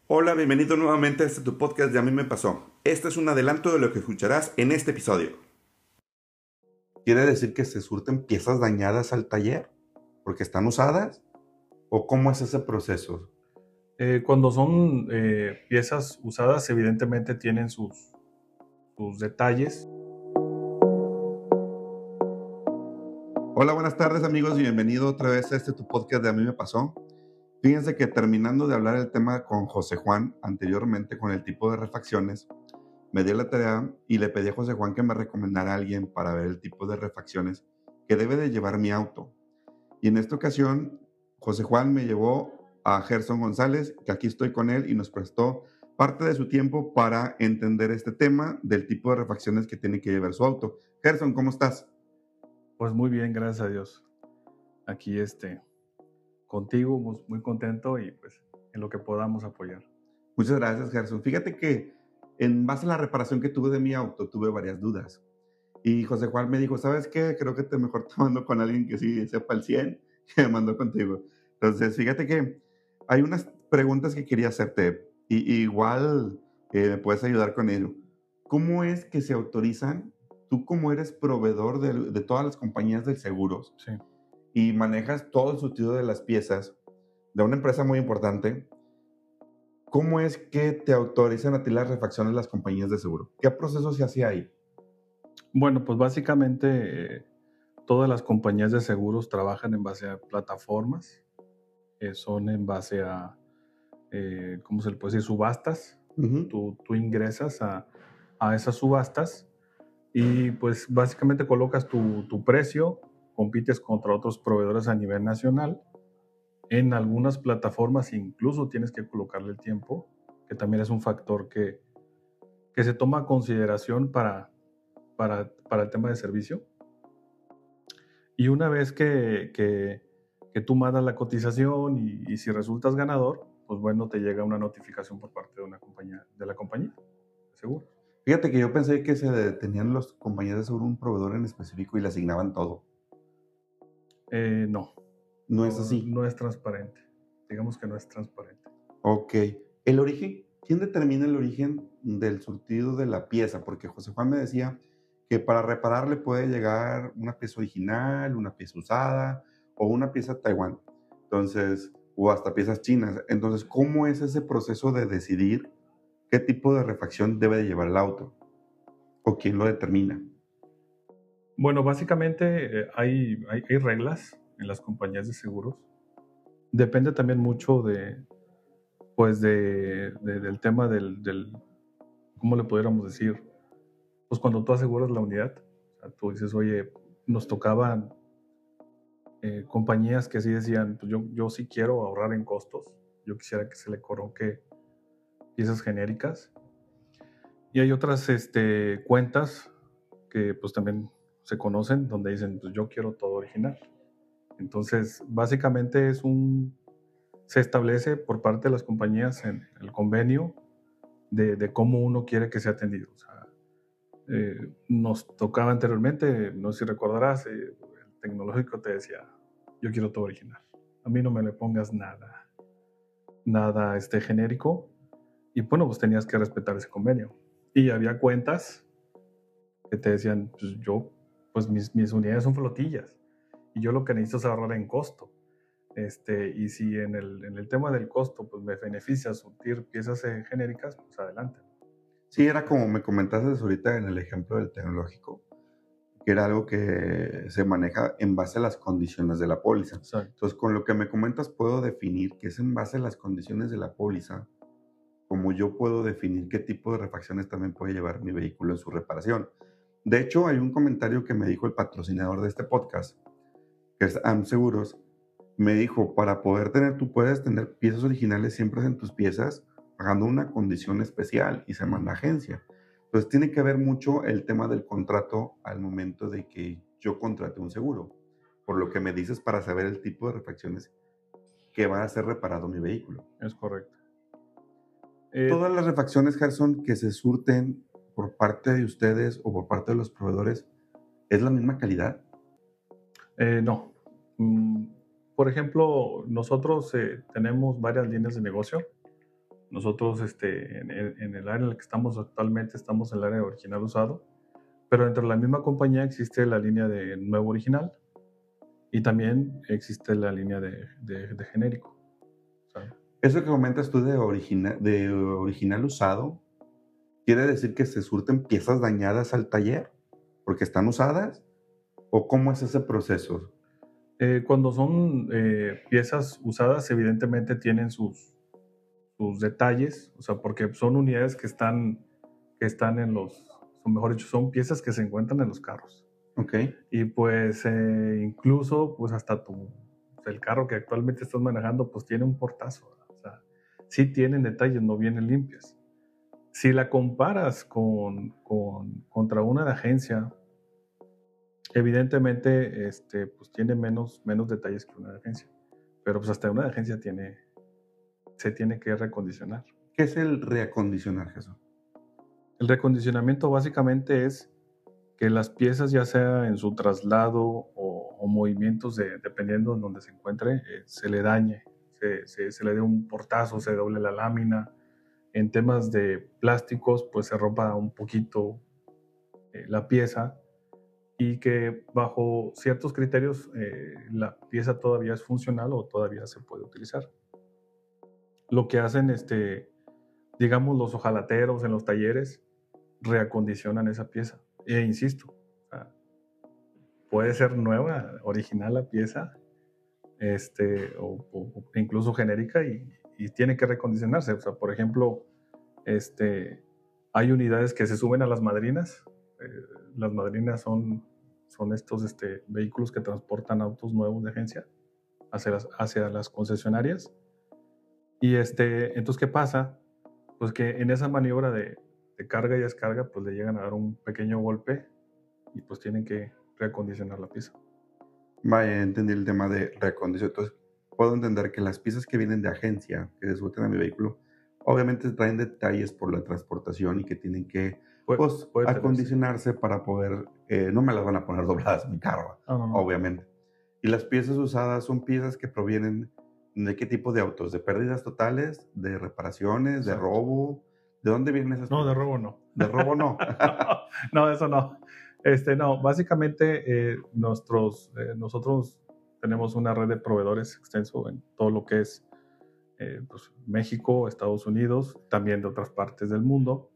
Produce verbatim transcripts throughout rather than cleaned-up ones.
Hola, bienvenido nuevamente a este tu podcast de A mí me pasó. Este es un adelanto de lo que escucharás en este episodio. ¿Quiere decir que se surten piezas dañadas al taller? ¿Porque están usadas? ¿O cómo es ese proceso? Eh, cuando son eh, piezas usadas, evidentemente tienen sus, sus detalles. Hola, buenas tardes amigos y bienvenido otra vez a este tu podcast de A mí me pasó. Fíjense que terminando de hablar el tema con José Juan, anteriormente con el tipo de refacciones, me di la tarea y le pedí a José Juan que me recomendara a alguien para ver el tipo de refacciones que debe de llevar mi auto. Y en esta ocasión, José Juan me llevó a Gerson González, que aquí estoy con él y nos prestó parte de su tiempo para entender este tema del tipo de refacciones que tiene que llevar su auto. Gerson, ¿cómo estás? Pues muy bien, gracias a Dios. Aquí este, contigo, pues, muy contento y pues en lo que podamos apoyar. Muchas gracias, Gerson. Fíjate que en base a la reparación que tuve de mi auto, tuve varias dudas. Y José Juan me dijo, ¿sabes qué? Creo que te mejor te mando con alguien que sí sepa el cien, que me mandó contigo. Entonces, fíjate que hay unas preguntas que quería hacerte y, y igual eh, me puedes ayudar con ello. ¿Cómo es que se autorizan? Tú como eres proveedor de, de todas las compañías de seguros Sí. y manejas todo el surtido de las piezas de una empresa muy importante, ¿cómo es que te autorizan a ti las refacciones las compañías de seguro? ¿Qué proceso se hace ahí? Bueno, pues básicamente eh, todas las compañías de seguros trabajan en base a plataformas, eh, son en base a, eh, ¿cómo se le puede decir? Subastas. Uh-huh. Tú, tú ingresas a, a esas subastas y pues básicamente colocas tu, tu precio, compites contra otros proveedores a nivel nacional. En algunas plataformas incluso tienes que colocarle el tiempo, que también es un factor que, que se toma a consideración para, para, para el tema de servicio. Y una vez que, que, que tú mandas la cotización y, y si resultas ganador, pues bueno, te llega una notificación por parte de una compañía, de la compañía de seguro. Fíjate que yo pensé que se tenían los compañías de seguro un proveedor en específico y le asignaban todo. Eh, no, No es no, así. no es transparente. Digamos que no es transparente. Ok. ¿El origen? ¿Quién determina el origen del surtido de la pieza? Porque José Juan me decía que para repararle puede llegar una pieza original, una pieza usada o una pieza Taiwán. Entonces, o hasta piezas chinas. Entonces, ¿cómo es ese proceso de decidir qué tipo de refacción debe de llevar el auto? ¿O quién lo determina? Bueno, básicamente eh, hay, hay, hay reglas en las compañías de seguros. Depende también mucho de, pues de, de- del tema del, del, ¿cómo le pudiéramos decir? Pues cuando tú aseguras la unidad, o sea, tú dices, oye, nos tocaban eh, compañías que sí decían, pues yo, yo sí quiero ahorrar en costos, yo quisiera que se le coloque piezas genéricas. Y hay otras este, cuentas que pues también se conocen, donde dicen, pues yo quiero todo original. Entonces, básicamente es un, se establece por parte de las compañías en el convenio de, de cómo uno quiere que sea atendido. O sea, eh, nos tocaba anteriormente, no sé si recordarás, eh, el tecnológico te decía, yo quiero todo original. A mí no me le pongas nada, nada este, genérico. Y bueno, pues tenías que respetar ese convenio. Y había cuentas que te decían, pues yo, pues mis, mis unidades son flotillas y yo lo que necesito es ahorrar en costo. Este, y si en el, en el tema del costo pues me beneficia surtir piezas eh, genéricas, pues adelante. Sí, era como me comentaste ahorita en el ejemplo del tecnológico, que era algo que se maneja en base a las condiciones de la póliza. Exacto. Entonces, con lo que me comentas, puedo definir que es en base a las condiciones de la póliza, como yo puedo definir qué tipo de refacciones también puede llevar mi vehículo en su reparación. De hecho, hay un comentario que me dijo el patrocinador de este podcast, que es A M Seguros. Me dijo, para poder tener, tú puedes tener piezas originales siempre en tus piezas, pagando una condición especial y se manda a agencia. Entonces tiene que ver mucho el tema del contrato al momento de que yo contrate un seguro, por lo que me dices para saber el tipo de refacciones que va a ser reparado mi vehículo. Es correcto. Eh, Todas las refacciones, Gerson, que se surten por parte de ustedes o por parte de los proveedores, ¿es la misma calidad? eh, no. Mm, por ejemplo, nosotros eh, tenemos varias líneas de negocio. Nosotros este, en, en el área en el que estamos actualmente estamos en el área de original usado, pero dentro de la misma compañía existe la línea de nuevo original y también existe la línea de, de, de genérico. ¿Sabes? Eso que comentas tú de, origina, de original usado, ¿quiere decir que se surten piezas dañadas al taller porque están usadas? ¿O cómo es ese proceso? Eh, cuando son eh, piezas usadas, evidentemente tienen sus, sus detalles, o sea, porque son unidades que están, que están en los, o mejor dicho, son piezas que se encuentran en los carros. Ok. Y pues eh, incluso, pues hasta tu, el carro que actualmente estás manejando, pues tiene un portazo, ¿verdad? O sea, sí tienen detalles, no vienen limpias. Si la comparas con, con, contra una de agencia, evidentemente este, pues tiene menos, menos detalles que una de agencia. Pero pues hasta una de agencia tiene, se tiene que recondicionar. ¿Qué es el reacondicionar, Jesús? El recondicionamiento básicamente es que las piezas, ya sea en su traslado o, o movimientos, de, dependiendo de donde se encuentre, eh, se le dañe, se, se, se le dé un portazo, se doble la lámina. En temas de plásticos, pues se rompa un poquito eh, la pieza y que bajo ciertos criterios eh, la pieza todavía es funcional o todavía se puede utilizar. Lo que hacen, este, digamos, los hojalateros en los talleres, reacondicionan esa pieza. E insisto, o sea, puede ser nueva, original la pieza, este, o, o incluso genérica, y, y tiene que recondicionarse. O sea, por ejemplo, este, hay unidades que se suben a las madrinas. Eh, las madrinas son, son estos este, vehículos que transportan autos nuevos de agencia hacia las, hacia las concesionarias. Y este, entonces, ¿qué pasa? Pues que en esa maniobra de, de carga y descarga, pues le llegan a dar un pequeño golpe y pues tienen que reacondicionar la pieza. Vaya, entendí el tema de reacondicionar. Entonces, puedo entender que las piezas que vienen de agencia, que se surten a mi vehículo, obviamente traen detalles por la transportación y que tienen que, Puede, pues, puede acondicionarse para poder, eh, no me las van a poner dobladas en mi carro, no, no, no. obviamente. Y las piezas usadas son piezas que provienen de qué tipo de autos, de pérdidas totales, de reparaciones, Exacto. de robo. ¿De dónde vienen esas No, piezas? de robo no. De robo no. no, no, eso no. Este, no, básicamente eh, nuestros, eh, nosotros tenemos una red de proveedores extenso en todo lo que es eh, pues, México, Estados Unidos, también de otras partes del mundo,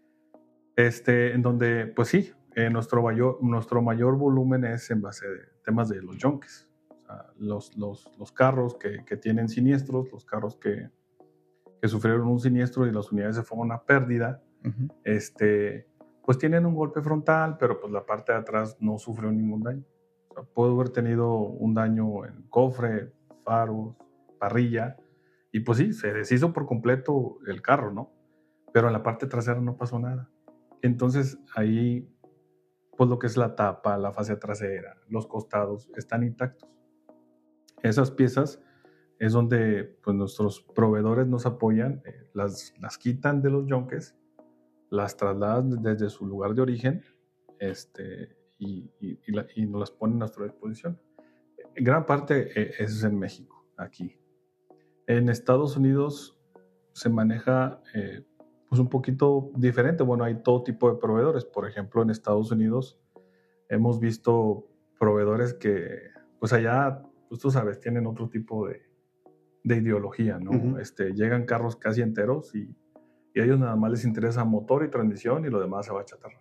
este, en donde, pues sí, eh, nuestro, mayor, nuestro mayor volumen es en base de temas de los junkies, o sea, los, los, los carros que, que tienen siniestros, los carros que, que sufrieron un siniestro y las unidades se fueron a pérdida. Uh-huh. este, pues tienen un golpe frontal, pero pues la parte de atrás no sufrió ningún daño. O sea, pudo haber tenido un daño en cofre, faros, parrilla, y pues sí, se deshizo por completo el carro, ¿no? Pero en la parte trasera no pasó nada. Entonces ahí, pues lo que es la tapa, la fascia trasera, los costados están intactos. Esas piezas es donde pues, nuestros proveedores nos apoyan, eh, las, las quitan de los yonques, las trasladan desde su lugar de origen este, y, y, y, la, y nos las ponen a nuestra disposición. En gran parte eh, eso es en México, aquí. En Estados Unidos se maneja eh, pues un poquito diferente. Bueno, hay todo tipo de proveedores. Por ejemplo, en Estados Unidos hemos visto proveedores que, pues allá, pues tú sabes, tienen otro tipo de, de ideología, ¿no? Uh-huh. Este, llegan carros casi enteros y, y a ellos nada más les interesa motor y transmisión y lo demás se va a chatarra.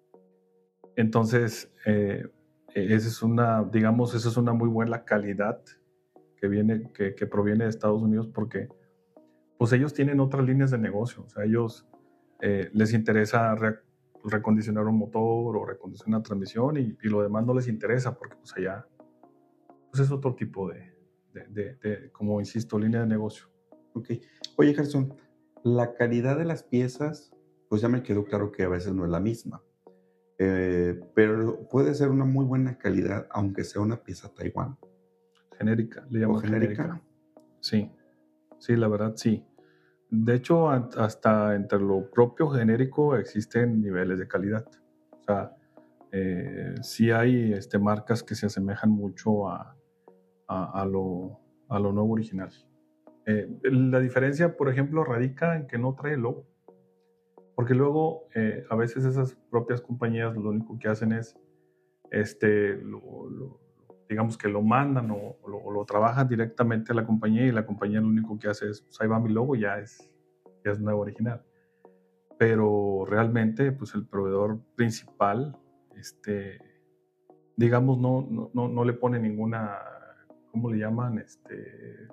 Entonces, eh, esa es una, digamos, esa es una muy buena calidad que viene, que, que proviene de Estados Unidos porque, pues ellos tienen otras líneas de negocio. O sea, ellos eh, les interesa re, recondicionar un motor o recondicionar una transmisión y, y lo demás no les interesa porque, pues allá, pues es otro tipo de, de, de, de como insisto, línea de negocio. Ok. Oye, Gerson, la calidad de las piezas, pues ya me quedó claro que a veces no es la misma. Eh, pero puede ser una muy buena calidad, aunque sea una pieza Taiwán. Genérica, le llaman ¿O genérica? genérica. Sí, sí, la verdad sí. De hecho, hasta entre lo propio genérico existen niveles de calidad. O sea, eh, sí hay este, marcas que se asemejan mucho a, a, a, lo, a lo nuevo original. Eh, la diferencia, por ejemplo, radica en que no trae el logo. Porque luego, eh, a veces esas propias compañías lo único que hacen es, este, lo, lo, digamos que lo mandan o, o, lo, o lo trabajan directamente a la compañía, y la compañía lo único que hace es, pues ahí va mi logo, ya es, ya es nuevo original. Pero realmente, pues el proveedor principal, este, digamos, no, no, no, no le pone ninguna, ¿cómo le llaman? Este,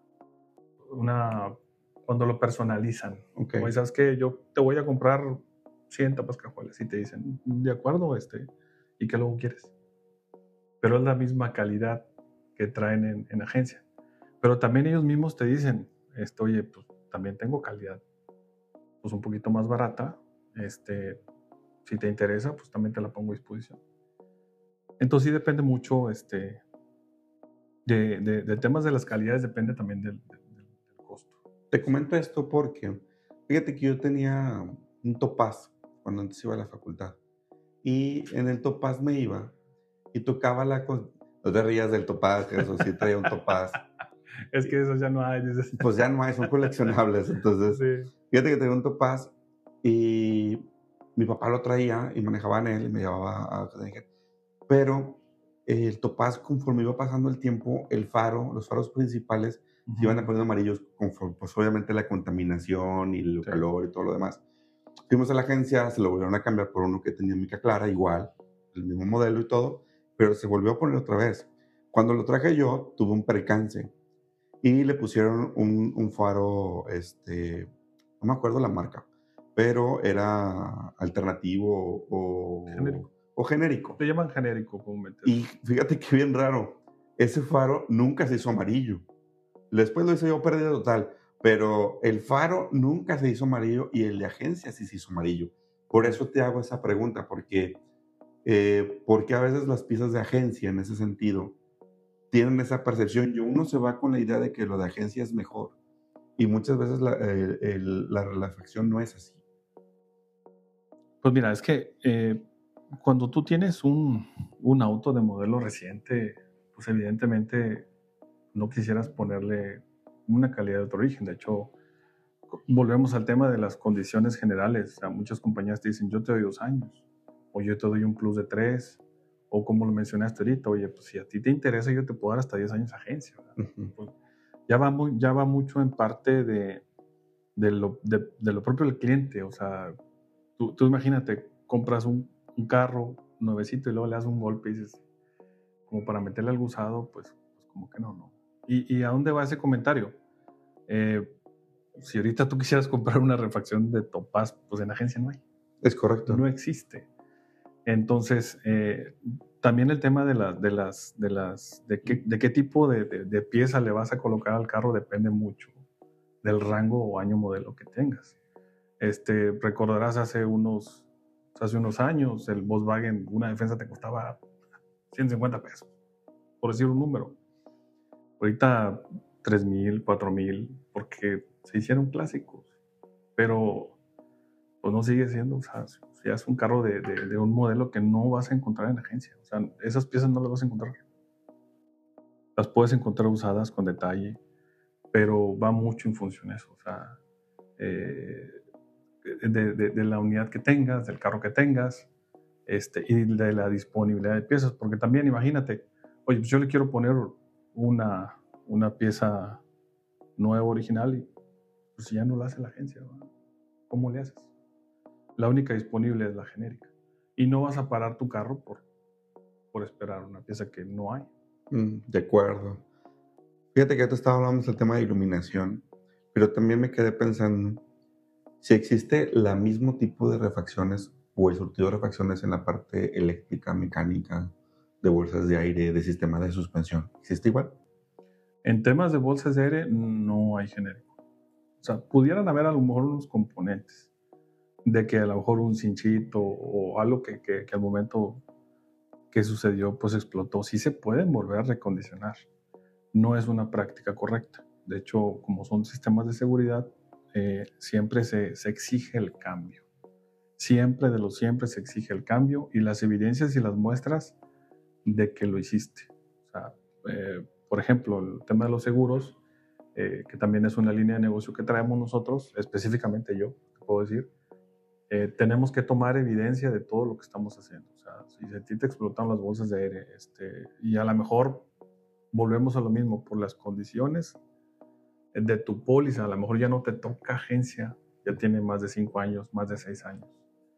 una, cuando lo personalizan. Okay. Oye, ¿sabes qué? Yo te voy a comprar cien tapas cajuelas, y te dicen, de acuerdo, este, ¿y qué luego quieres? Pero es la misma calidad que traen en, en agencia. Pero también ellos mismos te dicen, este, oye, pues también tengo calidad, pues un poquito más barata, este, si te interesa, pues también te la pongo a disposición. Entonces sí depende mucho, este, de, de, de temas de las calidades, depende también del, del, del costo. Te comento esto porque, fíjate que yo tenía un Topaz cuando antes iba a la facultad. Y en el Topaz me iba y tocaba la... Con... No te rías del Topaz, eso sí traía un Topaz. Es que esos ya no hay. Dices. Pues ya no hay, son coleccionables. Entonces, sí. Fíjate que tenía un Topaz y mi papá lo traía y manejaba en él y me llevaba a... Pero el Topaz, conforme iba pasando el tiempo, el faro, los faros principales, uh-huh, se iban poniendo amarillos, conforme, pues obviamente la contaminación y el sí. calor y todo lo demás. Fuimos a la agencia, se lo volvieron a cambiar por uno que tenía mica clara, igual, el mismo modelo y todo, pero se volvió a poner otra vez. Cuando lo traje yo, tuve un percance y le pusieron un, un faro, este, no me acuerdo la marca, pero era alternativo o genérico. O genérico. Le llaman genérico comúnmente. Y fíjate que bien raro, ese faro nunca se hizo amarillo. Después lo hice yo pérdida total, pero el faro nunca se hizo amarillo y el de agencia sí se hizo amarillo. Por eso te hago esa pregunta, porque, eh, porque a veces las piezas de agencia en ese sentido tienen esa percepción y uno se va con la idea de que lo de agencia es mejor. Y muchas veces la, el, el, la refacción no es así. Pues mira, es que eh, cuando tú tienes un, un auto de modelo reciente, pues evidentemente no quisieras ponerle una calidad de otro origen. De hecho, volvemos al tema de las condiciones generales. O sea, muchas compañías te dicen, yo te doy dos años, o yo te doy un plus de tres, o como lo mencionaste ahorita, oye, pues si a ti te interesa, yo te puedo dar hasta diez años de agencia. Uh-huh. Pues ya, va muy, ya va mucho en parte de, de, lo, de, de lo propio del cliente. O sea, tú, tú imagínate, compras un, un carro nuevecito y luego le das un golpe y dices, como para meterle al usado, pues, pues como que no, no. ¿Y, ¿Y a dónde va ese comentario? Eh, si ahorita tú quisieras comprar una refacción de Topaz, pues en agencia no hay. Es correcto. No existe. Entonces, eh, también el tema de, la, de las, de las, de qué, de qué tipo de, de, de pieza le vas a colocar al carro depende mucho del rango o año modelo que tengas. Este, recordarás hace unos, hace unos años el Volkswagen, una defensa te costaba ciento cincuenta pesos, por decir un número. Ahorita tres mil, cuatro mil, porque se hicieron clásicos, pero pues no sigue siendo, o sea, ya es un carro de, de, de un modelo que no vas a encontrar en agencia. O sea, esas piezas no las vas a encontrar. Las puedes encontrar usadas con detalle, pero va mucho en función de eso. O sea, eh, de, de, de la unidad que tengas, del carro que tengas, este, y de la disponibilidad de piezas. Porque también imagínate, oye, pues yo le quiero poner una, una pieza nueva, original, y pues ya no la hace la agencia, ¿no? ¿Cómo le haces? La única disponible es la genérica. Y no vas a parar tu carro por, por esperar una pieza que no hay. Mm, de acuerdo. Fíjate que ya te estaba hablando del tema de iluminación, pero también me quedé pensando si existe el mismo tipo de refacciones o el surtido de refacciones en la parte eléctrica, mecánica, de bolsas de aire, de sistema de suspensión. ¿Existe igual? En temas de bolsas de aire no hay genérico. O sea, pudieran haber a lo mejor unos componentes de que a lo mejor un cinchito o algo que, que, que al momento que sucedió pues explotó. Sí se pueden volver a recondicionar. No es una práctica correcta. De hecho, como son sistemas de seguridad, eh, siempre se, se exige el cambio. Siempre de lo siempre se exige el cambio y las evidencias y las muestras de que lo hiciste. O sea, eh, por ejemplo, el tema de los seguros, eh, que también es una línea de negocio que traemos nosotros, específicamente yo, te puedo decir, eh, tenemos que tomar evidencia de todo lo que estamos haciendo. O sea, si a ti te explotan las bolsas de aire, este, y a lo mejor volvemos a lo mismo, por las condiciones de tu póliza, a lo mejor ya no te toca agencia, ya tiene más de cinco años, más de seis años.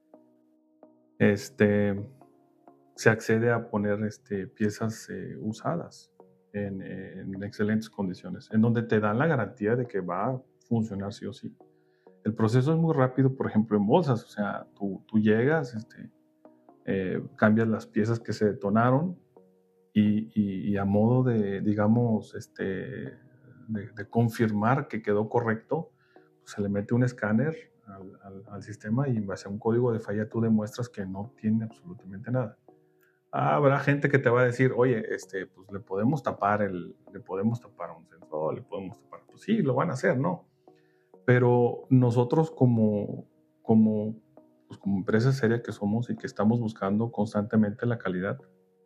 Este, se accede a poner este, piezas eh, usadas en, en excelentes condiciones, en donde te dan la garantía de que va a funcionar sí o sí. El proceso es muy rápido, por ejemplo, en bolsas. O sea, tú, tú llegas, este, eh, cambias las piezas que se detonaron y, y, y a modo de, digamos, este, de, de confirmar que quedó correcto, pues se le mete un escáner al, al, al sistema y en base a un código de falla tú demuestras que no tiene absolutamente nada. Habrá gente que te va a decir, oye, este, pues le podemos tapar el, le podemos tapar un sensor, le podemos tapar, pues sí, lo van a hacer, ¿no? Pero nosotros como, como, pues como empresa seria que somos y que estamos buscando constantemente la calidad,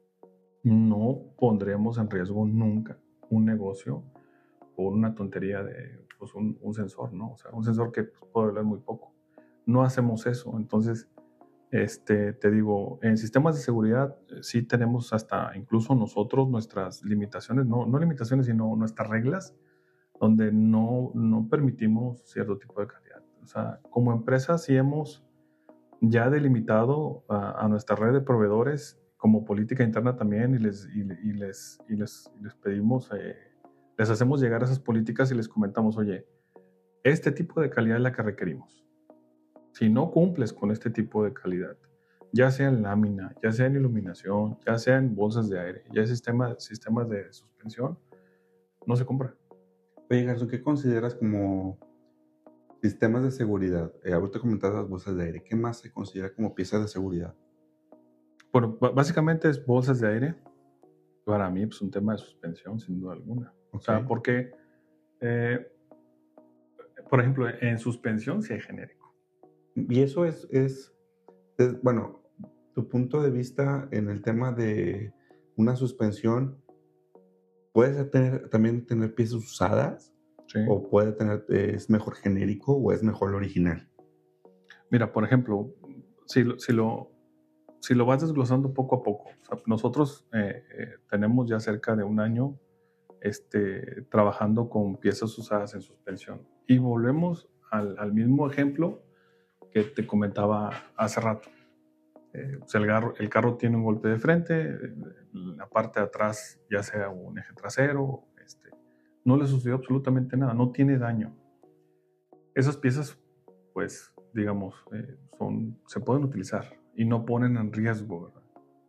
no pondremos en riesgo nunca un negocio por una tontería de pues un, un sensor, ¿no? O sea, un sensor que pues, puede valer muy poco. No hacemos eso. Entonces, este, te digo, en sistemas de seguridad eh, sí tenemos hasta incluso nosotros nuestras limitaciones, no, no limitaciones, sino nuestras reglas, donde no, no permitimos cierto tipo de calidad. O sea, como empresa sí hemos ya delimitado a, a nuestra red de proveedores como política interna también y les, y, y les, y les, y les pedimos, eh, les hacemos llegar esas políticas y les comentamos, oye, este tipo de calidad es la que requerimos. Si no cumples con este tipo de calidad, ya sea en lámina, ya sea en iluminación, ya sea en bolsas de aire, ya en sistema, sistemas de suspensión, no se compra. Oye, Garzo, ¿qué consideras como sistemas de seguridad? Eh, ahorita comentabas las bolsas de aire. ¿Qué más se considera como piezas de seguridad? Bueno, básicamente es bolsas de aire. Para mí, pues un tema de suspensión, sin duda alguna. Okay. O sea, porque, eh, por ejemplo, en suspensión sí hay genérico. Y eso es, es, es, bueno, tu punto de vista en el tema de una suspensión, ¿puedes tener, también tener piezas usadas? Sí. ¿O puede tener, es mejor genérico o es mejor el original? Mira, por ejemplo, si, si, lo, si lo vas desglosando poco a poco, o sea, nosotros eh, eh, tenemos ya cerca de un año este, trabajando con piezas usadas en suspensión. Y volvemos al, al mismo ejemplo que te comentaba hace rato. Eh, o sea, el, carro, el carro tiene un golpe de frente, la parte de atrás, ya sea un eje trasero, este, no le sucedió absolutamente nada, no tiene daño. Esas piezas, pues, digamos, eh, son, se pueden utilizar y no ponen en riesgo, ¿verdad?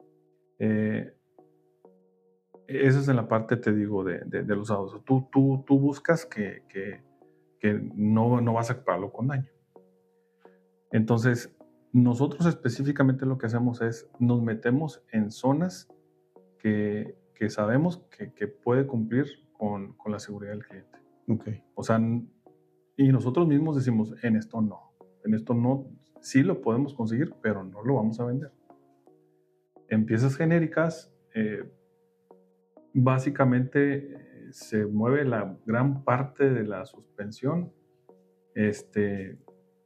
Eh, esa es en la parte, te digo, de, de, de los usados. Tú, tú, tú buscas que, que, que no, no vas a equiparlo con daño. Entonces, nosotros específicamente lo que hacemos es, nos metemos en zonas que, que sabemos que, que puede cumplir con, con la seguridad del cliente. Okay. O sea, y nosotros mismos decimos, en esto no, en esto no, sí lo podemos conseguir, pero no lo vamos a vender. En piezas genéricas, eh, básicamente eh, se mueve la gran parte de la suspensión, este,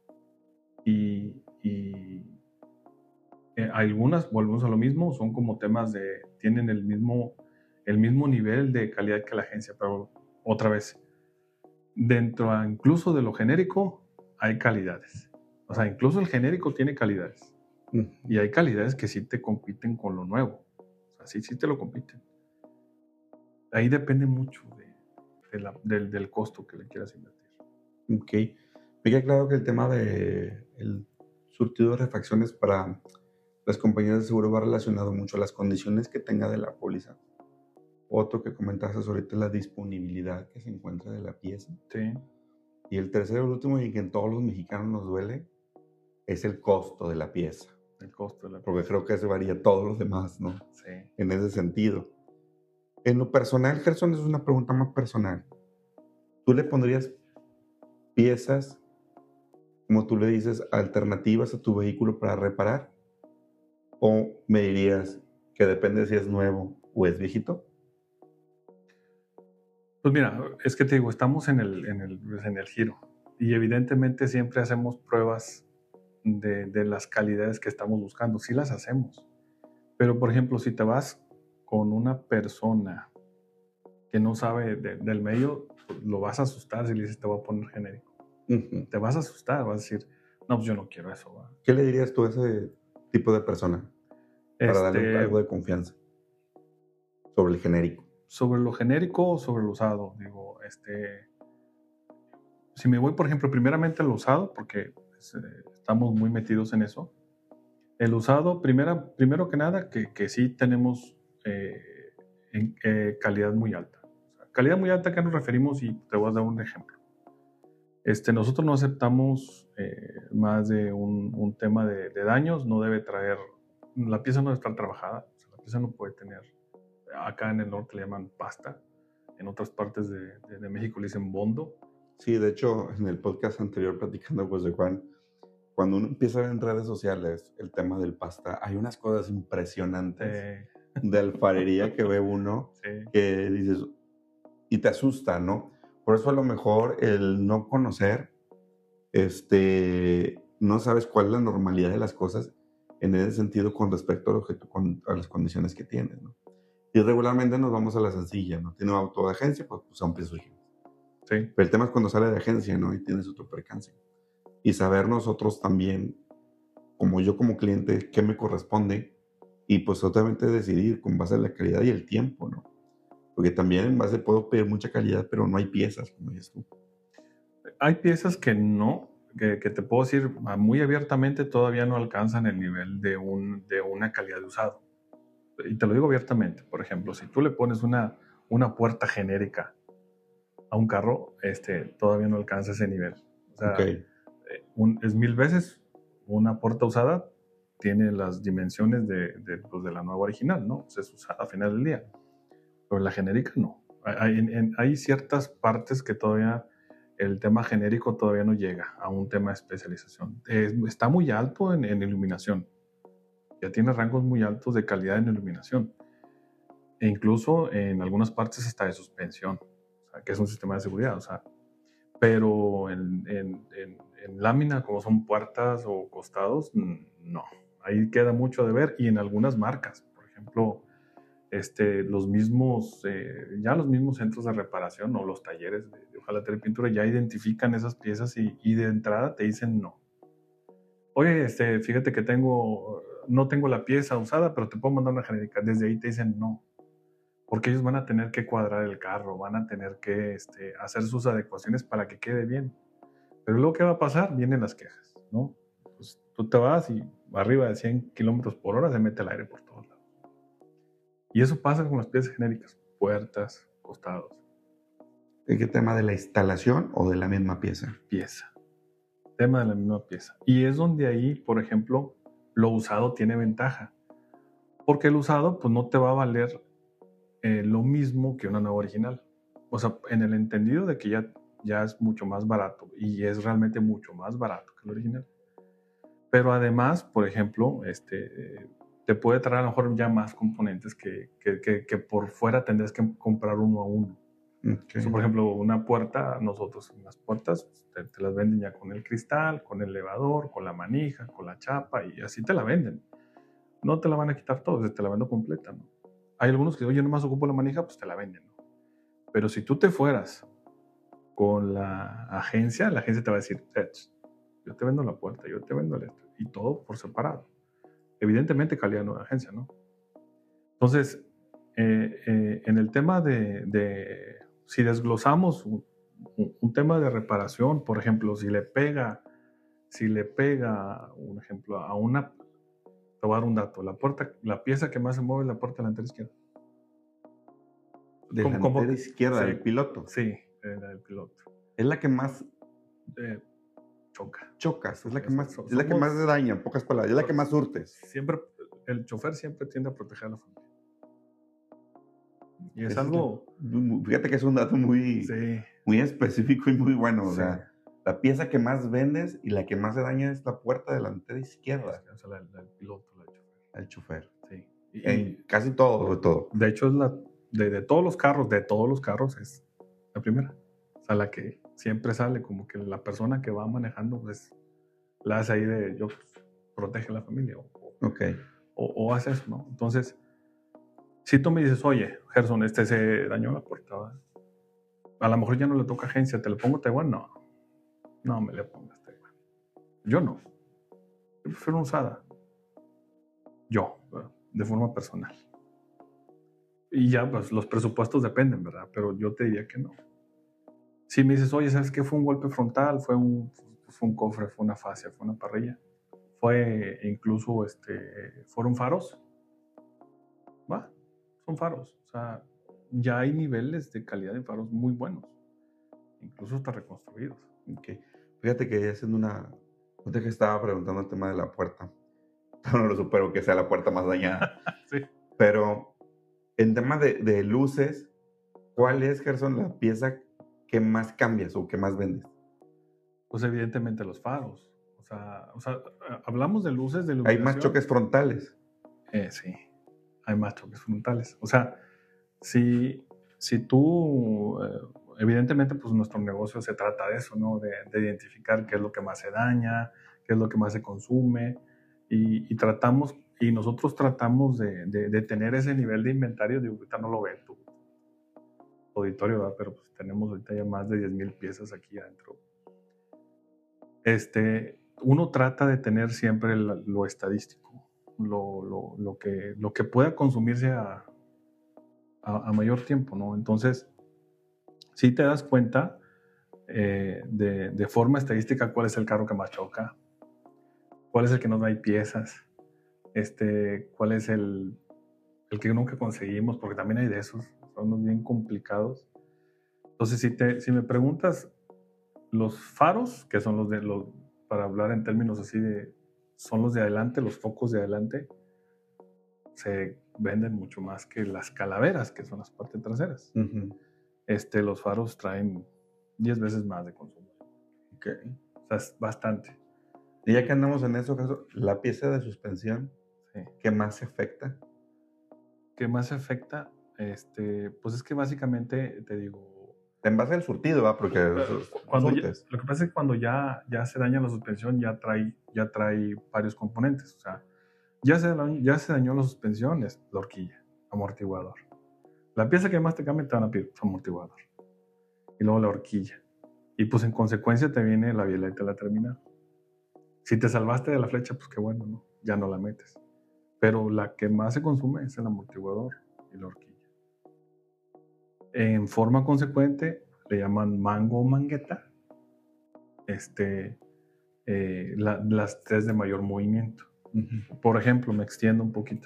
y, y eh, algunas, volvemos a lo mismo, son como temas de, tienen el mismo, el mismo nivel de calidad que la agencia, pero otra vez, dentro a, incluso de lo genérico hay calidades. O sea, incluso el genérico tiene calidades. Uh-huh. Y hay calidades que sí te compiten con lo nuevo. O sea, sí, sí te lo compiten. Ahí depende mucho de, de la, del, del costo que le quieras invertir. Ok. Me queda claro que el tema de el surtido de refacciones para las compañías de seguro va relacionado mucho a las condiciones que tenga de la póliza. Otro que comentaste ahorita es la disponibilidad que se encuentra de la pieza. Sí. Y el tercero, el último, y que en todos los mexicanos nos duele, es el costo de la pieza. El costo de la pieza. Porque creo que eso varía a todos los demás, ¿no? Sí. En ese sentido. En lo personal, Gerson, es una pregunta más personal. ¿Tú le pondrías piezas, como tú le dices, alternativas a tu vehículo para reparar? ¿O me dirías que depende si es nuevo o es viejito? Pues mira, es que te digo, estamos en el, en el, en el giro y evidentemente siempre hacemos pruebas de, de las calidades que estamos buscando. Sí las hacemos. Pero, por ejemplo, si te vas con una persona que no sabe de, del medio, pues, lo vas a asustar si le dices te voy a poner genérico. Uh-huh. Te vas a asustar, vas a decir, no, pues yo no quiero eso. ¿Va? ¿Qué le dirías tú a ese tipo de persona para Este, darle algo de confianza sobre el genérico? Sobre lo genérico o sobre lo usado. Digo, este, si me voy, por ejemplo, primeramente al usado, porque pues, eh, estamos muy metidos en eso. El usado, primera, primero que nada, que, que sí tenemos eh, en, eh, calidad muy alta. O sea, calidad muy alta, ¿a qué nos referimos? Y te voy a dar un ejemplo. Este, nosotros no aceptamos eh, más de un, un tema de, de daños, no debe traer, la pieza no debe estar trabajada, o sea, la pieza no puede tener, acá en el norte le llaman pasta, en otras partes de, de, de México le dicen bondo. Sí, de hecho, en el podcast anterior platicando pues de Juan, cuando uno empieza a ver en redes sociales el tema del pasta, hay unas cosas impresionantes Eh, de alfarería que ve uno sí. que dices, y te asusta, ¿no? Por eso a lo mejor el no conocer, este, no sabes cuál es la normalidad de las cosas en ese sentido con respecto a, lo que tú, con, a las condiciones que tienes, ¿no? Y regularmente nos vamos a la sencilla, ¿no? Tiene un auto de agencia, pues, pues a un precio fijo. Sí. Pero el tema es cuando sale de agencia, ¿no? Y tienes otro percance. Y saber nosotros también, como yo como cliente, qué me corresponde y pues totalmente decidir con base en la calidad y el tiempo, ¿no? Porque también en base puedo pedir mucha calidad, pero no hay piezas, como dices tú. Hay piezas que no, que, que te puedo decir muy abiertamente, todavía no alcanzan el nivel de, un, de una calidad de usado. Y te lo digo abiertamente. Por ejemplo, si tú le pones una, una puerta genérica a un carro, este, todavía no alcanza ese nivel. O sea, Okay. un, es mil veces una puerta usada tiene las dimensiones de, de, pues de la nueva original, ¿no? Pues es usada a final del día. Pero la genérica no. Hay, en, hay ciertas partes que todavía el tema genérico todavía no llega a un tema de especialización. Eh, está muy alto en, en iluminación. Ya tiene rangos muy altos de calidad en iluminación. E incluso en algunas partes hasta de suspensión, o sea, que es un sistema de seguridad. O sea, pero en, en, en, en lámina, como son puertas o costados, no. Ahí queda mucho de ver. Y en algunas marcas, por ejemplo, este, los mismos, eh, ya los mismos centros de reparación o los talleres de, de hojalatería y pintura ya identifican esas piezas y, y de entrada te dicen no. Oye, este, fíjate que tengo, no tengo la pieza usada, pero te puedo mandar una genérica. Desde ahí te dicen no. Porque ellos van a tener que cuadrar el carro, van a tener que este, hacer sus adecuaciones para que quede bien. Pero luego, ¿qué va a pasar? Vienen las quejas, ¿no? Pues tú te vas y arriba de cien kilómetros por hora se mete el aire por todos lados. Y eso pasa con las piezas genéricas, puertas, costados. ¿En qué tema de la instalación o de la misma pieza? Pieza. Tema de la misma pieza. Y es donde ahí, por ejemplo, lo usado tiene ventaja. Porque el usado, pues no te va a valer eh, lo mismo que una nueva original. O sea, en el entendido de que ya, ya es mucho más barato y es realmente mucho más barato que el original. Pero además, por ejemplo, este, te puede traer a lo mejor ya más componentes que, que, que, que por fuera tendrías que comprar uno a uno. Okay. So, por ejemplo, una puerta, nosotros en las puertas te, te las venden ya con el cristal, con el elevador, con la manija, con la chapa y así te la venden. No te la van a quitar todo, te la vendo completa, ¿no? Hay algunos que, oye, nomás ocupo la manija, pues te la venden, ¿no? Pero si tú te fueras con la agencia, la agencia te va a decir, yo te vendo la puerta, yo te vendo el esto, y todo por separado. Evidentemente calidad no de agencia, ¿no? Entonces, eh, eh, en el tema de, de si desglosamos un, un, tema de reparación, por ejemplo, si le pega, si le pega, un ejemplo, a una, te voy a dar un dato, la puerta, la pieza que más se mueve es la puerta delantera izquierda. Delantera izquierda, sí, el piloto. Sí, la del piloto. Es la que más eh, choca. Chocas, es la que más, somos, es la que más daña, en pocas palabras, es la que más surtes. Siempre, el chofer siempre tiende a proteger a la familia. Y es, es algo... La, fíjate que es un dato muy, sí. muy específico y muy bueno. Sí. O sea, la pieza que más vendes y la que más se daña es la puerta delantera izquierda. O sea, la, la, el piloto, la del chofer. El chofer. Sí. Y, en casi todo, de todo. De hecho, es la de, de todos los carros, de todos los carros, es La primera. O sea, la que siempre sale, como que la persona que va manejando, pues, la hace ahí de, yo, pues, protege a la familia. O, Ok. o, o hace eso, ¿no? Entonces, si tú me dices, oye, Gerson, este se dañó la puerta, ¿va? A lo mejor ya no le toca agencia, ¿te le pongo Taiwán? No. No me le pongas Taiwán. Yo no. Yo prefiero una usada. Yo, ¿verdad? De forma personal. Y ya, pues, los presupuestos dependen, ¿verdad? Pero yo te diría que no. Si me dices, oye, ¿sabes qué? Fue un golpe frontal, fue un, fue un cofre, fue una fascia, fue una parrilla. Fue incluso, este, fueron faros. Va, son faros. O sea, ya hay niveles de calidad de faros muy buenos. Incluso hasta reconstruidos. Ok. Fíjate que haciendo una... Ahorita que estaba preguntando el tema de la puerta. No lo supero que sea la puerta más dañada. Sí. Pero en tema de, de luces, ¿cuál es, Gerson, la pieza que más cambias o que más vendes? Pues evidentemente los faros. O sea, o sea hablamos de luces de Hay iluminación. más choques frontales. Eh, sí, hay más choques frontales. O sea, si, si tú, eh, evidentemente, pues nuestro negocio se trata de eso, ¿no? De, de identificar qué es lo que más se daña, qué es lo que más se consume, y, y tratamos, y nosotros tratamos de, de, de tener ese nivel de inventario. Digo, ahorita no lo ven tu auditorio, ¿verdad? Pero pues tenemos ahorita ya más de diez mil piezas aquí adentro. Este, uno trata de tener siempre lo, lo estadístico, lo, lo, lo, que, lo que pueda consumirse a, a, a mayor tiempo, ¿no? Entonces, si te das cuenta eh, de, de forma estadística cuál es el carro que más choca, cuál es el que no hay piezas, este, cuál es el, el que nunca conseguimos, porque también hay de esos, son bien complicados. Entonces, si, te, si me preguntas, los faros, que son los de los, para hablar en términos así de, son los de adelante, los focos de adelante, se venden mucho más que las calaveras, que son las partes traseras. Uh-huh. Este, los faros traen diez veces más de consumo. Okay. O sea, es bastante. Y ya que andamos en eso, Gerson, la pieza de suspensión, sí. ¿Qué más se afecta? ¿Qué más se afecta? Este, pues es que básicamente, te digo... En base al surtido, ¿va? Porque cuando ya, lo que pasa es que cuando ya, ya se daña la suspensión, ya trae, ya trae varios componentes. O sea, ya se, ya se dañó la suspensión, es la horquilla, amortiguador. La pieza que más te cambia te van a pedir su amortiguador. Y luego la horquilla. Y pues en consecuencia te viene la bieleta de la terminal. Si te salvaste de la flecha, pues qué bueno, ¿no? Ya no la metes. Pero la que más se consume es el amortiguador y la horquilla. En forma consecuente, le llaman mango o mangueta, este, eh, la, las tres de mayor movimiento. Uh-huh. Por ejemplo, me extiendo un poquito.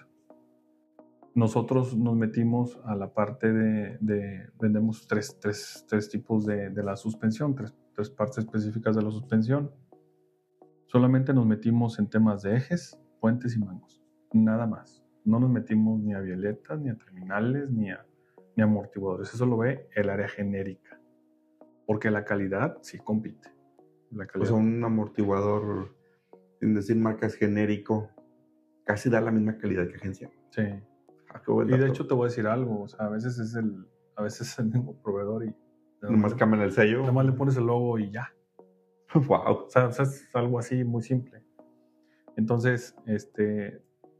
Nosotros nos metimos a la parte de, de vendemos tres, tres, tres tipos de, de la suspensión, tres, tres partes específicas de la suspensión. Solamente nos metimos en temas de ejes, puentes y mangos, nada más. No nos metimos ni a violetas, ni a terminales, ni a, ni a amortiguadores. Eso lo ve el área genérica, porque la calidad sí compite. La calidad. O sea, un amortiguador, sin decir marcas genérico, casi da la misma calidad que agencia. Sí. Ah, qué buen dato. Y de hecho te voy a decir algo, o sea, a veces es el, a veces es el mismo proveedor y... Nomás cambian el sello. Nada más le pones el logo y ya. Wow. O sea, o sea, es algo así muy simple. Entonces, este,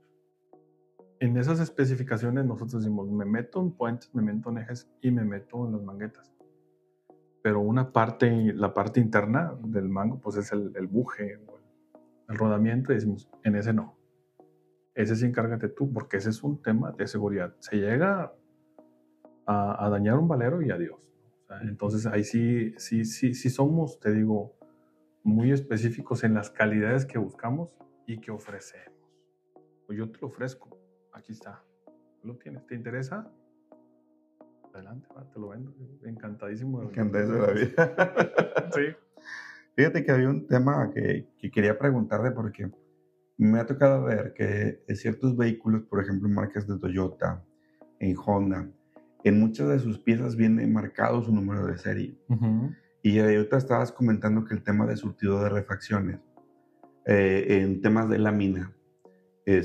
en esas especificaciones nosotros decimos, me meto en puentes, me meto en ejes y me meto en las manguetas. Pero una parte, la parte interna del mango, pues es el, el buje o el, el rodamiento, y decimos, en ese no. Ese sí encárgate tú, porque ese es un tema de seguridad. Se llega a, a dañar un valero y adiós. O sea, entonces ahí sí, sí, sí, sí somos, te digo, muy específicos en las calidades que buscamos y que ofrecemos. Pues yo te lo ofrezco. Aquí está. Lo tienes. ¿Te interesa? Adelante, va, te lo vendo. Encantadísimo. De Encantadísimo de la vida. Sí. Fíjate que había un tema que, que quería preguntarte porque me ha tocado ver que en ciertos vehículos, por ejemplo, marcas de Toyota, en Honda, en muchas de sus piezas viene marcado su número de serie. Uh-huh. Y ahorita estabas comentando que el tema de surtido de refacciones, eh, en temas de lámina,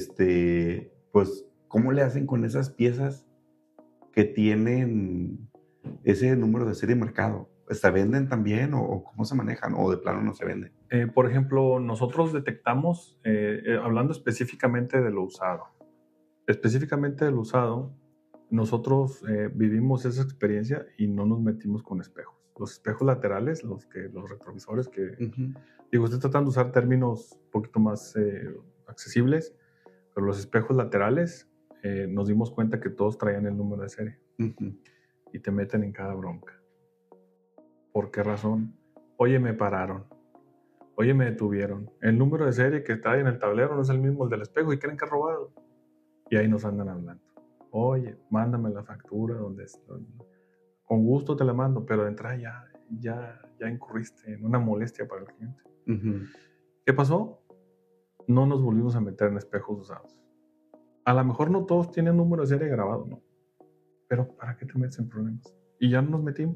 este, pues, ¿cómo le hacen con esas piezas que tienen ese número de serie marcado, ¿se venden también o, o cómo se manejan o de plano no se venden? Eh, por ejemplo, nosotros detectamos, eh, eh, hablando específicamente de lo usado, específicamente del usado, nosotros eh, vivimos esa experiencia y no nos metimos con espejos. Los espejos laterales, los, que, los retrovisores que... Uh-huh. Digo, estoy tratando de usar términos un poquito más eh, accesibles, pero los espejos laterales eh, nos dimos cuenta que todos traían el número de serie. Uh-huh. Y te meten en cada bronca. ¿Por qué razón? Oye, me pararon. Oye, me detuvieron. El número de serie que trae en el tablero no es el mismo el del espejo y creen que es robado. Y ahí nos andan hablando. Oye, mándame la factura donde estoy. Con gusto te la mando, pero de entrada ya, ya, ya incurriste en una molestia para el cliente. Uh-huh. ¿Qué pasó? No nos volvimos a meter en espejos usados. A lo mejor no todos tienen número de serie grabado, ¿no? Pero ¿para qué te metes en problemas? Y ya no nos metimos.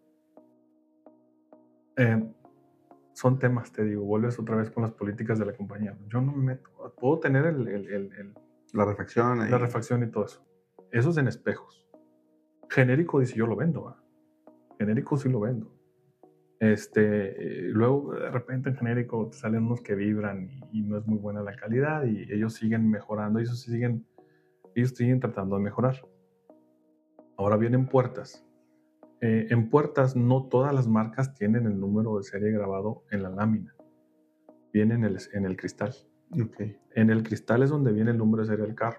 Eh, son temas, te digo, vuelves otra vez con las políticas de la compañía. Yo no me meto. Puedo tener el, el, el, el la refacción ahí. La refacción y todo eso. Eso es en espejos. Genérico dice, yo lo vendo. ¿va? Genérico sí lo vendo. Este, eh, luego, de repente, en genérico te salen unos que vibran y, y no es muy buena la calidad y ellos siguen mejorando. Ellos siguen, ellos siguen tratando de mejorar. Ahora vienen puertas. Eh, en puertas no todas las marcas tienen el número de serie grabado en la lámina. Viene en el, en el cristal. Okay. En el cristal es donde viene el número de serie del carro.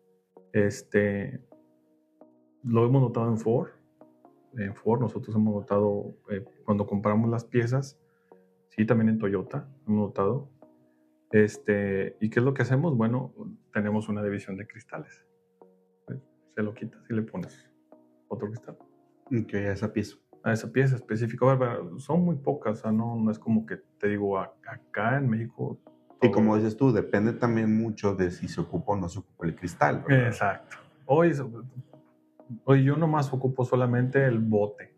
Este, lo hemos notado en Ford. En Ford nosotros hemos notado eh, cuando compramos las piezas, sí, también en Toyota hemos notado. Este, ¿y qué es lo que hacemos? Bueno, tenemos una división de cristales. Se lo quitas y le pones otro cristal. Ok, a esa pieza. A esa pieza específica. Bueno, son muy pocas, o sea, no, no es como que te digo, acá en México... Y como dices tú, depende también mucho de si se ocupa o no se ocupa el cristal, ¿verdad? Exacto. Hoy, hoy yo nomás ocupo solamente el bote.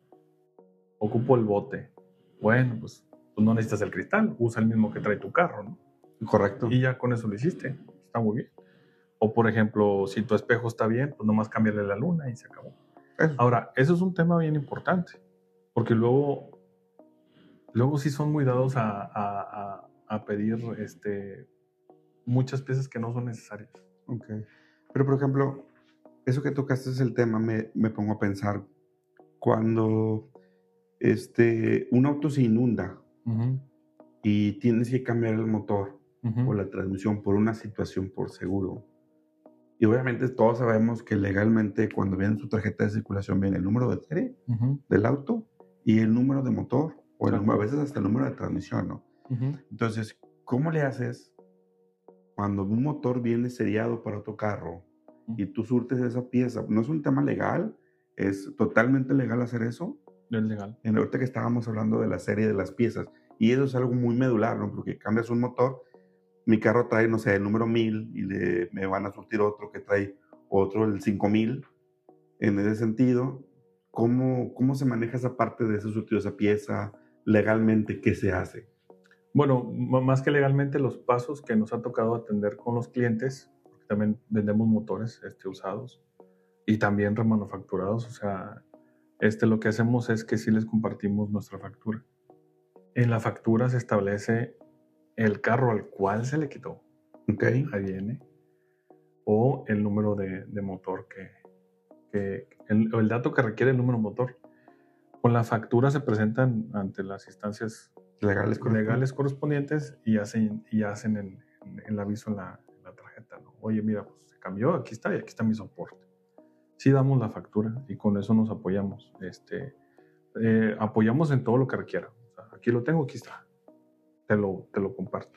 Ocupo el bote. Bueno, pues, pues no necesitas el cristal, usa el mismo que trae tu carro, ¿no? Correcto. Y ya con eso lo hiciste. Está muy bien. O, por ejemplo, si tu espejo está bien, pues nomás cámbiale la luna y se acabó. Eso. Ahora, eso es un tema bien importante, porque luego, luego sí son muy dados a, a, a, a pedir este, muchas piezas que no son necesarias. Ok. Pero, por ejemplo, eso que tocaste es el tema, me, me pongo a pensar, cuando este, un auto se inunda Uh-huh. y tienes que cambiar el motor Uh-huh. o la transmisión por una situación por seguro. Y obviamente todos sabemos que legalmente cuando viene su tarjeta de circulación viene el número de serie Uh-huh. del auto y el número de motor o el Claro. número, a veces hasta el número de transmisión, ¿no? Uh-huh. Entonces, ¿cómo le haces cuando un motor viene seriado para otro carro y tú surtes esa pieza? No es un tema legal, es totalmente legal hacer eso. Es legal. En ahorita que estábamos hablando de la serie de las piezas, y eso es algo muy medular, ¿no? Porque cambias un motor, mi carro trae, no sé, el número mil y le, me van a surtir otro que trae otro, el cinco mil. En ese sentido, ¿cómo, cómo se maneja esa parte de ese surtido, esa pieza, legalmente? ¿Qué se hace? Bueno, más que legalmente, los pasos que nos ha tocado atender con los clientes, porque también vendemos motores este, usados y también remanufacturados, o sea, este, lo que hacemos es que sí les compartimos nuestra factura. En la factura se establece el carro al cual se le quitó, Okay. ahí viene, o el número de, de motor que, que el, el dato que requiere el número motor. Con la factura se presentan ante las instancias legales, legales correspondientes y hacen, y hacen el, el, el aviso en la, en la tarjeta, ¿no? Oye, mira, pues se cambió, aquí está y aquí está mi soporte. Sí damos la factura y con eso nos apoyamos. Este, eh, apoyamos en todo lo que requiera. O sea, aquí lo tengo, aquí está. Te lo, te lo comparto.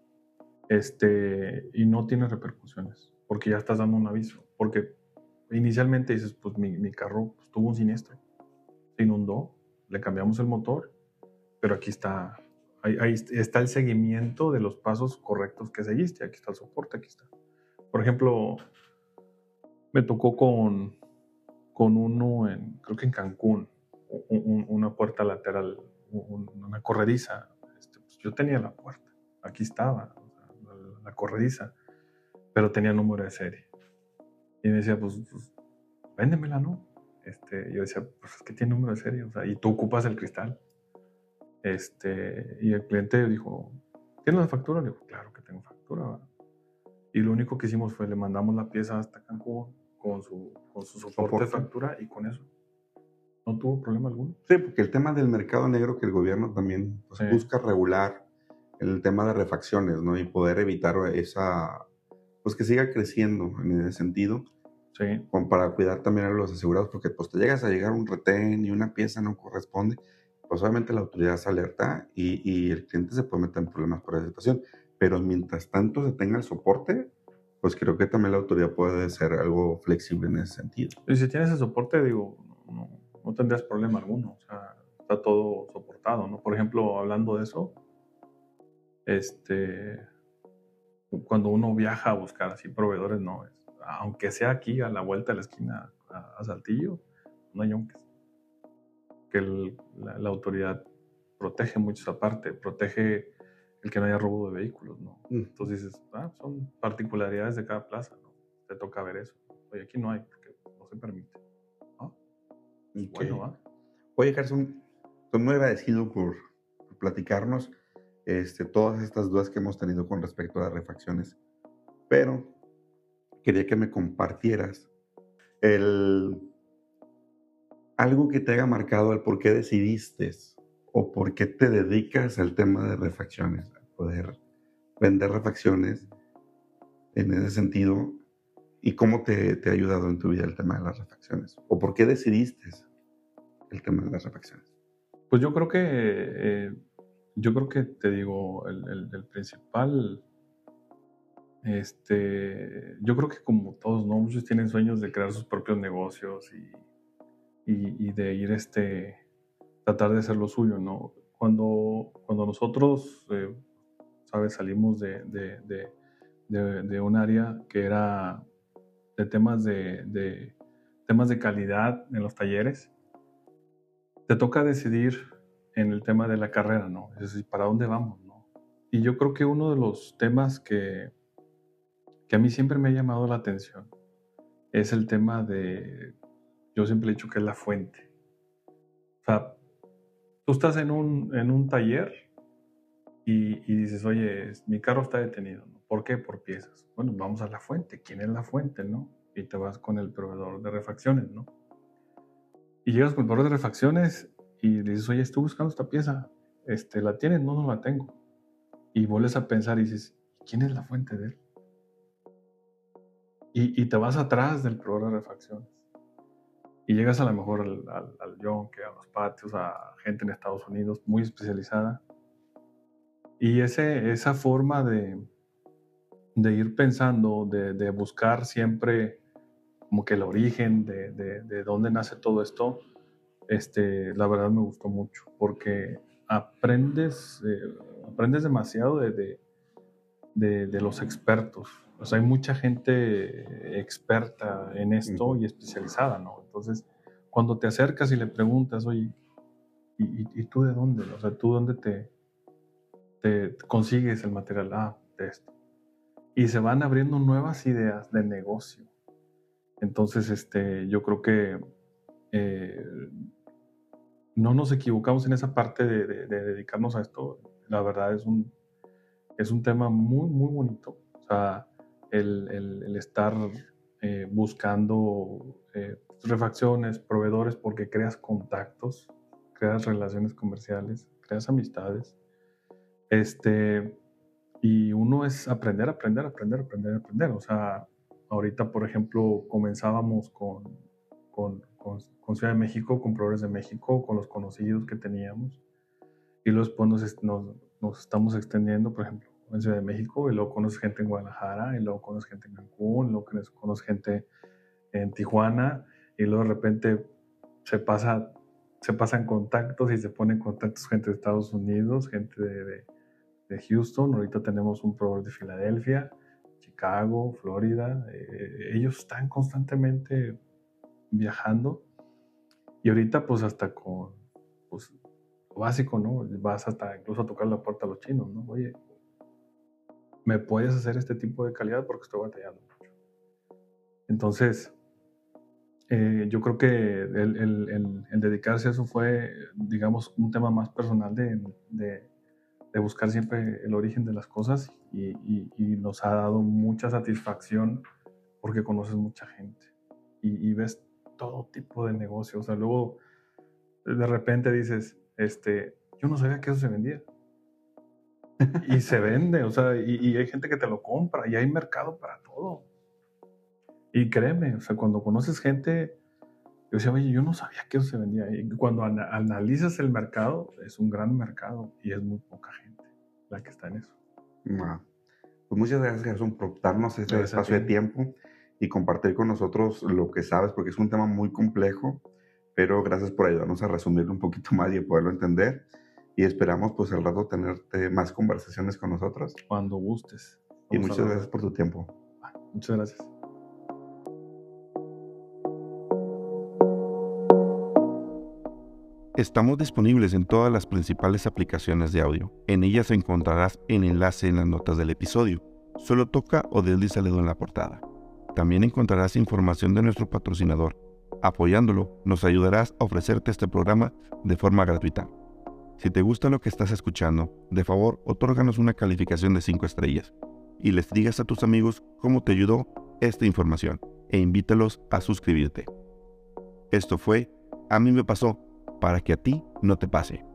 Este, y no tiene repercusiones porque ya estás dando un aviso. Porque inicialmente dices, pues mi, mi carro pues, tuvo un siniestro. Se inundó, le cambiamos el motor, pero aquí está, ahí, ahí está el seguimiento de los pasos correctos que seguiste. Aquí está el soporte, aquí está. Por ejemplo, me tocó con, con uno, en, creo que en Cancún, un, una puerta lateral, un, una corrediza. Este, pues yo tenía la puerta, aquí estaba, o sea, la, la corrediza, pero tenía número de serie. Y me decía, pues, pues véndemela, ¿no? Este, yo decía, pues es que tiene número de serie, o sea, y tú ocupas el cristal. Este, y el cliente dijo, ¿tienes la factura? Le digo, claro que tengo factura. ¿Verdad? Y lo único que hicimos fue le mandamos la pieza hasta Cancún con su, con su soporte, soporte de factura y con eso. No tuvo problema alguno. Sí, porque el tema del mercado negro que el gobierno también pues, sí. busca regular el tema de refacciones, ¿no? Y poder evitar esa, pues que siga creciendo en ese sentido. Sí. Como para cuidar también a los asegurados, porque pues te llegas a llegar a un retén y una pieza no corresponde, pues obviamente la autoridad se alerta y, y el cliente se puede meter en problemas por esa situación. Pero mientras tanto se tenga el soporte, pues creo que también la autoridad puede ser algo flexible en ese sentido. Y si tienes el soporte, digo, no, no tendrías problema alguno, o sea, está todo soportado, ¿no? Por ejemplo, hablando de eso, este, cuando uno viaja a buscar así proveedores, no, es, aunque sea aquí a la vuelta de la esquina a, a Saltillo, no hay yonques. Que el, la, la autoridad protege mucho esa parte, protege el que no haya robo de vehículos, ¿no? Mm. Entonces dices, ah, son particularidades de cada plaza, ¿no? Te toca ver eso. Oye, aquí no hay, porque no se permite. ¿No? Okay. Bueno, ¿va? Oye, Gerson, estoy muy agradecido por, por platicarnos este, todas estas dudas que hemos tenido con respecto a las refacciones, pero quería que me compartieras el, algo que te haya marcado el por qué decidiste o por qué te dedicas al tema de refacciones, a poder vender refacciones en ese sentido, y cómo te, te ha ayudado en tu vida el tema de las refacciones, o por qué decidiste el tema de las refacciones. Pues yo creo que, eh, yo creo que te digo, el, el, el principal, este, yo creo que como todos, ¿no? Muchos tienen sueños de crear sus propios negocios y, y, y de ir, este, tratar de hacer lo suyo, ¿no? Cuando, cuando nosotros, eh, ¿sabes? Salimos de, de, de, de, de un área que era de temas de, de temas de calidad en los talleres, te toca decidir en el tema de la carrera, ¿no? Es decir, ¿para dónde vamos, no? Y yo creo que uno de los temas que, que a mí siempre me ha llamado la atención es el tema de, yo siempre he dicho que es la fuente. O sea, tú estás en un, en un taller y, y dices, oye, mi carro está detenido, ¿no? ¿Por qué? Por piezas. Bueno, vamos a la fuente. ¿Quién es la fuente, no? Y te vas con el proveedor de refacciones, ¿no? Y llegas con el proveedor de refacciones y dices, oye, estoy buscando esta pieza. Este, ¿la tienes? No, no la tengo. Y vuelves a pensar y dices, ¿quién es la fuente de él? Y, y te vas atrás del proveedor de refacciones. Y llegas a lo mejor al, al, al yonque, a los patios, a gente en Estados Unidos muy especializada. Y ese, esa forma de, de ir pensando, de, de buscar siempre como que el origen de, de, de dónde nace todo esto, este, la verdad me gustó mucho, porque aprendes, eh, aprendes demasiado de, de, de, de los expertos. O sea, hay mucha gente experta en esto uh-huh. y especializada, ¿no? Entonces, cuando te acercas y le preguntas, oye, ¿y, y, y tú de dónde? O sea, ¿tú dónde te, te consigues el material? Ah, de esto. Y se van abriendo nuevas ideas de negocio. Entonces, este, yo creo que eh, no nos equivocamos en esa parte de, de, de dedicarnos a esto. La verdad es un, es un tema muy, muy bonito. O sea, el, el, el estar eh, buscando eh, refacciones, proveedores, porque creas contactos, creas relaciones comerciales, creas amistades. Este, y uno es aprender, aprender, aprender, aprender, aprender. O sea, ahorita, por ejemplo, comenzábamos con, con, con, con Ciudad de México, con proveedores de México, con los conocidos que teníamos. Y luego después nos, nos, nos estamos extendiendo, por ejemplo, en Ciudad de México, y luego conoces gente en Guadalajara, y luego conoces gente en Cancún, y luego conoces gente en Tijuana, y luego de repente se pasa, se pasan contactos y se ponen contactos gente de Estados Unidos, gente de, de, de Houston. Ahorita tenemos un proveedor de Filadelfia, Chicago, Florida. Eh, ellos están constantemente viajando, y ahorita pues hasta con pues, lo básico, ¿no? Vas hasta incluso a tocar la puerta a los chinos, ¿no? Oye, ¿me puedes hacer este tipo de calidad? Porque estoy batallando mucho. Entonces, Eh, yo creo que el, el, el, el dedicarse a eso fue, digamos, un tema más personal de, de, de buscar siempre el origen de las cosas y, y, y nos ha dado mucha satisfacción porque conoces mucha gente y, y ves todo tipo de negocios. O sea, luego de repente dices, este, yo no sabía que eso se vendía. Y se vende, o sea, y, y hay gente que te lo compra y hay mercado para todo. Y créeme, o sea, cuando conoces gente, yo decía, oye, yo no sabía que eso se vendía. Y cuando ana- analizas el mercado, es un gran mercado y es muy poca gente la que está en eso. Wow. Pues muchas gracias, Gerson, por darnos ese Gracias a espacio de ti. tiempo y compartir con nosotros lo que sabes, porque es un tema muy complejo, pero gracias por ayudarnos a resumirlo un poquito más y a poderlo entender. Y esperamos pues al rato tenerte más conversaciones con nosotros. Cuando gustes. Y Vamos a muchas hablar. gracias por tu tiempo. Muchas gracias. Estamos disponibles en todas las principales aplicaciones de audio. En ellas encontrarás el enlace en las notas del episodio. Solo toca o desliza el dedo en la portada. También encontrarás información de nuestro patrocinador. Apoyándolo, nos ayudarás a ofrecerte este programa de forma gratuita. Si te gusta lo que estás escuchando, de favor, otórganos una calificación de cinco estrellas y les digas a tus amigos cómo te ayudó esta información e invítalos a suscribirte. Esto fue A mí me pasó, para que a ti no te pase.